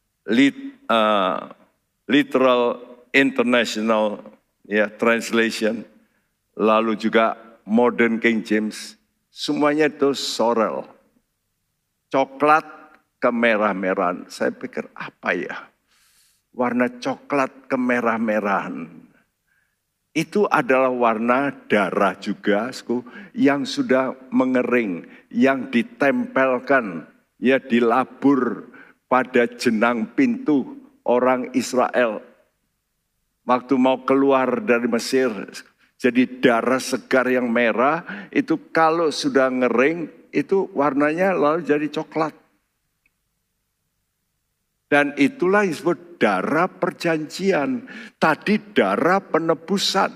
Literal International ya Translation, lalu juga Modern King James, semuanya itu sorrel, coklat kemerah-merahan. Saya pikir apa ya? Warna coklat kemerah-merahan. Itu adalah warna darah juga yang sudah mengering, yang ditempelkan, ya dilabur pada jenang pintu orang Israel. Waktu mau keluar dari Mesir, jadi darah segar yang merah, itu kalau sudah ngering, itu warnanya lalu jadi coklat. Dan itulah yang disebut darah perjanjian. Tadi darah penebusan.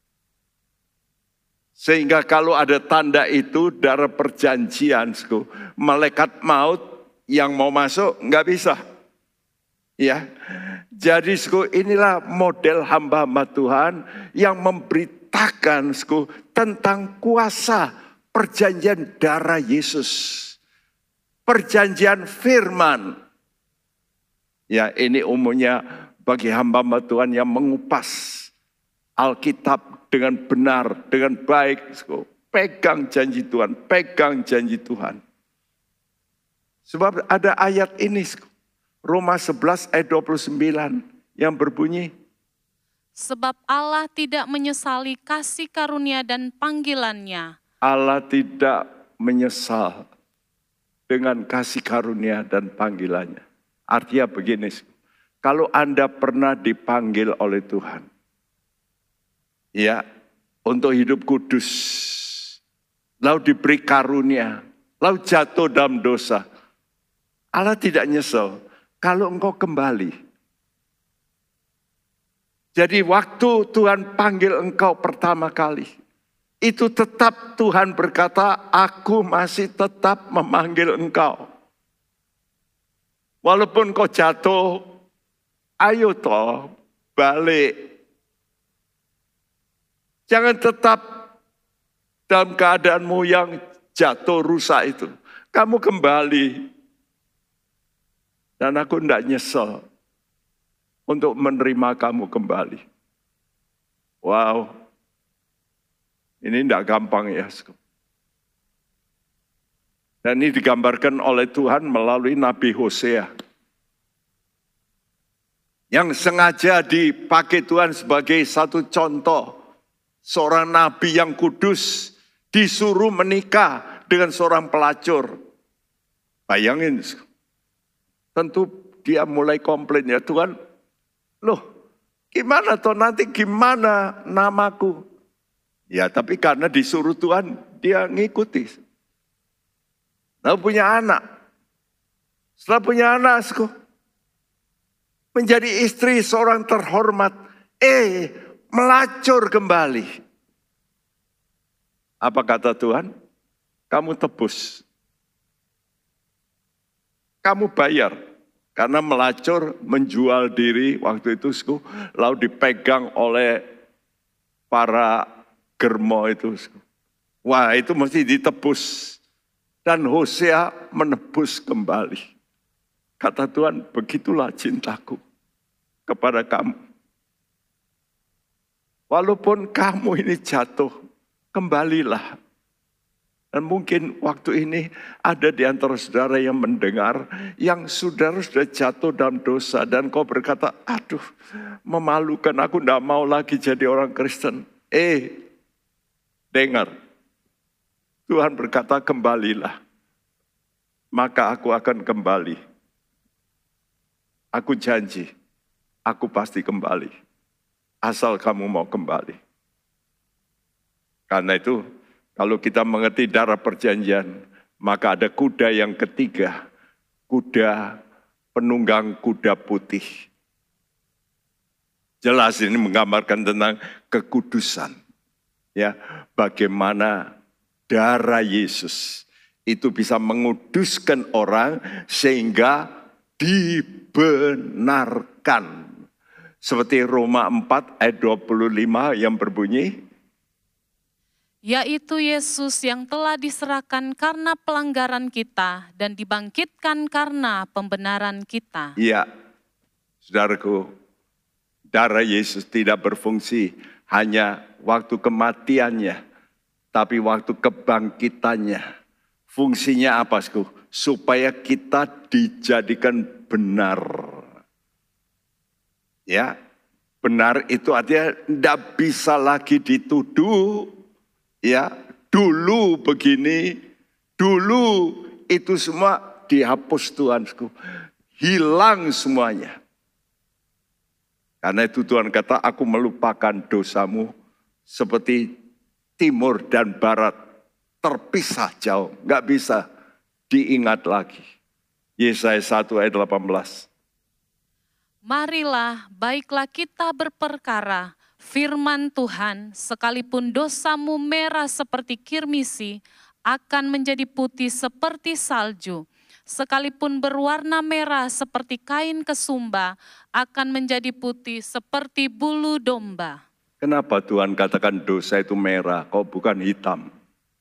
Sehingga kalau ada tanda itu darah perjanjian, malaikat maut yang mau masuk nggak bisa. Ya, jadi inilah model hamba-hamba Tuhan yang memberitakan tentang kuasa perjanjian darah Yesus. Perjanjian firman. Ya, ini umumnya bagi hamba-hamba Tuhan yang mengupas Alkitab dengan benar, dengan baik. Pegang janji Tuhan, pegang janji Tuhan. Sebab ada ayat ini, Roma 11 ayat 29 yang berbunyi. Sebab Allah tidak menyesali kasih karunia dan panggilannya. Allah tidak menyesal dengan kasih karunia dan panggilannya. Artinya begini, kalau Anda pernah dipanggil oleh Tuhan, ya, untuk hidup kudus, lalu diberi karunia, lalu jatuh dalam dosa, Allah tidak nyesel kalau engkau kembali. Jadi waktu Tuhan panggil engkau pertama kali, itu tetap Tuhan berkata, aku masih tetap memanggil engkau. Walaupun kau jatuh, ayo toh balik. Jangan tetap dalam keadaanmu yang jatuh rusak itu. Kamu kembali. Dan aku tidak nyesel untuk menerima kamu kembali. Wow. Ini tidak gampang ya. Dan ini digambarkan oleh Tuhan melalui Nabi Hosea. Yang sengaja dipakai Tuhan sebagai satu contoh. Seorang nabi yang kudus disuruh menikah dengan seorang pelacur. Bayangin. Tentu dia mulai komplain ya Tuhan. Loh gimana toh nanti gimana namaku? Ya tapi karena disuruh Tuhan dia ngikuti. Lalu punya anak. Setelah punya anak menjadi istri seorang terhormat. Melacur kembali. Apa kata Tuhan? Kamu tebus. Kamu bayar. Karena melacur menjual diri waktu itu lalu dipegang oleh para germo itu. Wah itu mesti ditebus. Dan Hosea menebus kembali. Kata Tuhan, begitulah cintaku kepada kamu. Walaupun kamu ini jatuh, kembalilah. Dan mungkin waktu ini ada di antara saudara yang mendengar, yang saudara sudah jatuh dalam dosa. Dan kau berkata, aduh memalukan, aku tidak mau lagi jadi orang Kristen. Dengar. Tuhan berkata, kembalilah. Maka aku akan kembali. Aku janji, aku pasti kembali. Asal kamu mau kembali. Karena itu, kalau kita mengerti darah perjanjian, maka ada kuda yang ketiga. Kuda penunggang kuda putih. Jelas ini menggambarkan tentang kekudusan. Ya, bagaimana darah Yesus itu bisa menguduskan orang sehingga dibenarkan. Seperti Roma 4 ayat 25 yang berbunyi, yaitu Yesus yang telah diserahkan karena pelanggaran kita dan dibangkitkan karena pembenaran kita. Iya, saudaraku, darah Yesus tidak berfungsi hanya waktu kematiannya, tapi waktu kebangkitannya. Fungsinya apa, supaya kita dijadikan benar. Ya, benar itu artinya tidak bisa lagi dituduh. Ya, dulu begini, dulu itu semua dihapus Tuhanku. Hilang semuanya. Karena itu Tuhan kata, aku melupakan dosamu seperti timur dan barat terpisah jauh. Nggak bisa diingat lagi. Yesaya 1 ayat 18. Marilah, baiklah kita berperkara, firman Tuhan, sekalipun dosamu merah seperti kirmisi, akan menjadi putih seperti salju. Sekalipun berwarna merah seperti kain kesumba, akan menjadi putih seperti bulu domba. Kenapa Tuhan katakan dosa itu merah, kok bukan hitam?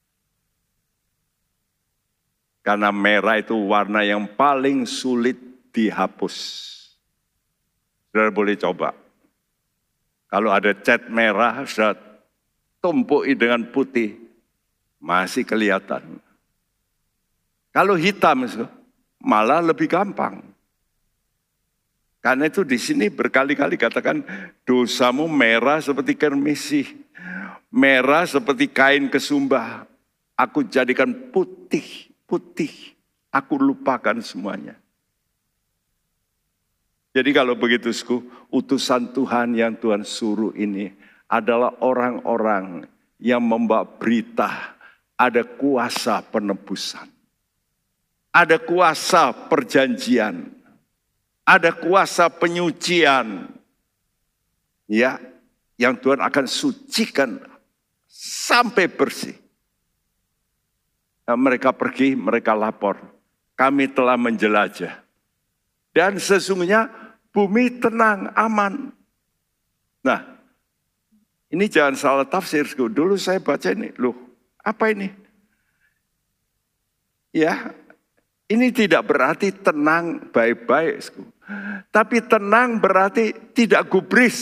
Karena merah itu warna yang paling sulit dihapus. Saudara boleh coba. Kalau ada cat merah, sudah tumpuki dengan putih, masih kelihatan. Kalau hitam, malah lebih gampang. Karena itu di sini berkali-kali katakan, dosamu merah seperti kirmisi, merah seperti kain kesumba. Aku jadikan putih, putih. Aku lupakan semuanya. Jadi kalau begitu, utusan Tuhan yang Tuhan suruh ini adalah orang-orang yang membawa berita, ada kuasa penebusan. Ada kuasa perjanjian. Ada kuasa penyucian. Ya, yang Tuhan akan sucikan sampai bersih. Nah, mereka pergi, mereka lapor. Kami telah menjelajah. Dan sesungguhnya bumi tenang, aman. Nah, ini jangan salah tafsir. Dulu saya baca ini, loh apa ini? Ya, ini tidak berarti tenang baik-baik. Tapi tenang berarti tidak gubris.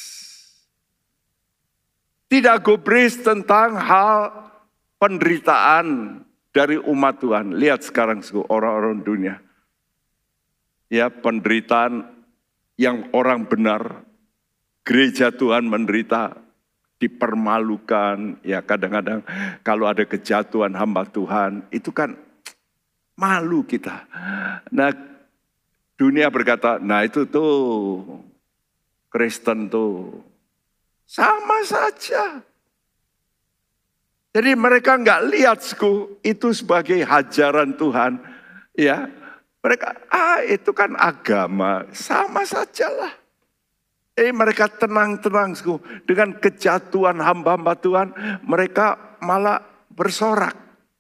Tidak gubris tentang hal penderitaan dari umat Tuhan. Lihat sekarang orang-orang dunia. Ya, penderitaan yang orang benar. Gereja Tuhan menderita, dipermalukan. Ya, kadang-kadang kalau ada kejatuhan hamba Tuhan, itu kan malu kita. Nah, dunia berkata, nah itu tuh Kristen tuh sama saja. Jadi mereka nggak lihat itu sebagai hajaran Tuhan, ya. Mereka, itu kan agama, sama sajalah. Mereka tenang-tenang dengan kejatuhan hamba-hamba Tuhan, mereka malah bersorak.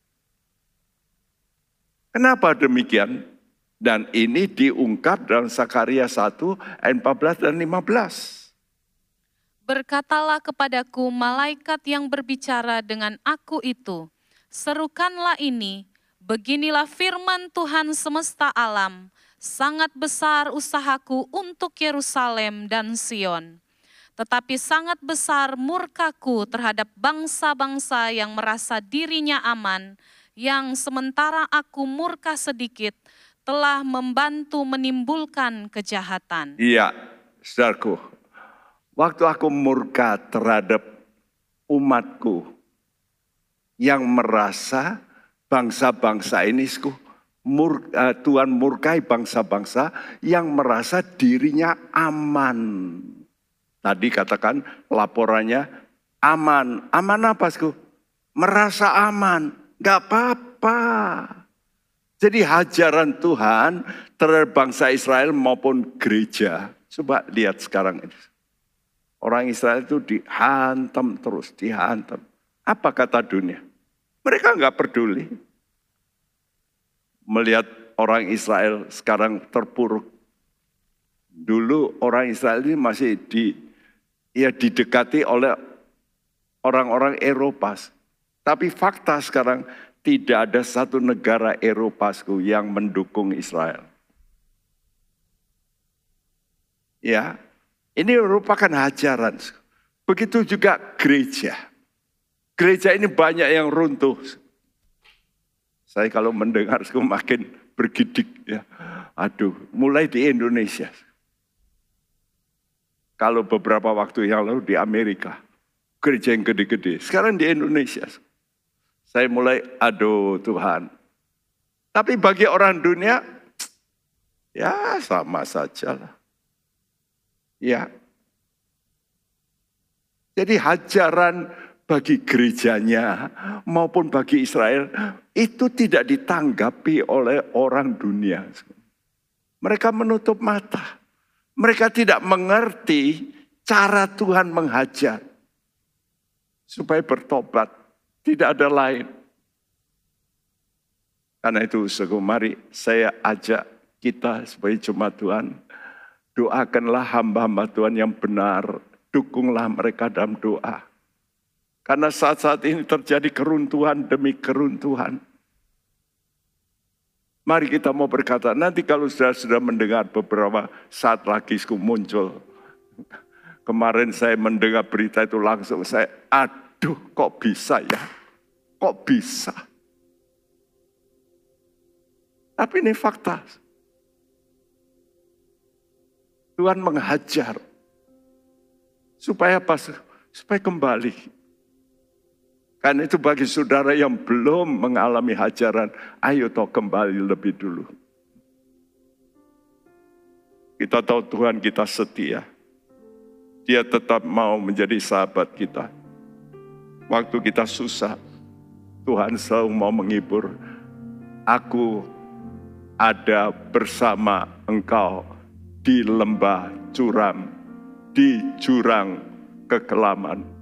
Kenapa demikian? Dan ini diungkap dalam Sakaria 1 ayat 14 dan 15. Berkatalah kepadaku malaikat yang berbicara dengan aku itu, serukanlah ini, beginilah firman Tuhan semesta alam, sangat besar usahaku untuk Yerusalem dan Sion. Tetapi sangat besar murkaku terhadap bangsa-bangsa yang merasa dirinya aman, yang sementara aku murka sedikit, telah membantu menimbulkan kejahatan. Iya, saudaraku. Waktu aku murka terhadap umatku yang merasa bangsa-bangsa ini, Tuhan murkai bangsa-bangsa yang merasa dirinya aman. Tadi katakan laporannya aman. Aman apa? Merasa aman. Gak apa-apa. Jadi hajaran Tuhan terhadap bangsa Israel maupun gereja. Coba lihat sekarang ini. Orang Israel itu dihantam terus, dihantam. Apa kata dunia? Mereka nggak peduli. Melihat orang Israel sekarang terpuruk. Dulu orang Israel ini masih didekati oleh orang-orang Eropa. Tapi fakta sekarang tidak ada satu negara Eropa yang mendukung Israel. Ya. Ini merupakan hajaran. Begitu juga gereja. Gereja ini banyak yang runtuh. Saya kalau mendengar makin bergidik. Ya. Aduh, mulai di Indonesia. Kalau beberapa waktu yang lalu di Amerika. Gereja yang gede-gede. Sekarang di Indonesia. Saya mulai, aduh Tuhan. Tapi bagi orang dunia, ya sama saja lah. Ya, jadi hajaran bagi gerejanya maupun bagi Israel itu tidak ditanggapi oleh orang dunia. Mereka menutup mata. Mereka tidak mengerti cara Tuhan menghajar supaya bertobat. Tidak ada lain. Karena itu, mari saya ajak kita sebagai jemaat Tuhan. Doakanlah hamba-hamba Tuhan yang benar. Dukunglah mereka dalam doa. Karena saat-saat ini terjadi keruntuhan demi keruntuhan. Mari kita mau berkata, nanti kalau sudah mendengar beberapa saat lagi muncul. Kemarin saya mendengar berita itu langsung saya, aduh kok bisa ya? Kok bisa? Tapi ini fakta. Tuhan menghajar. Supaya apa? Supaya kembali. Karena itu bagi saudara yang belum mengalami hajaran, ayo toh kembali lebih dulu. Kita tahu Tuhan kita setia. Dia tetap mau menjadi sahabat kita. Waktu kita susah, Tuhan selalu mau menghibur. Aku ada bersama engkau di lembah curam, di jurang kekelaman.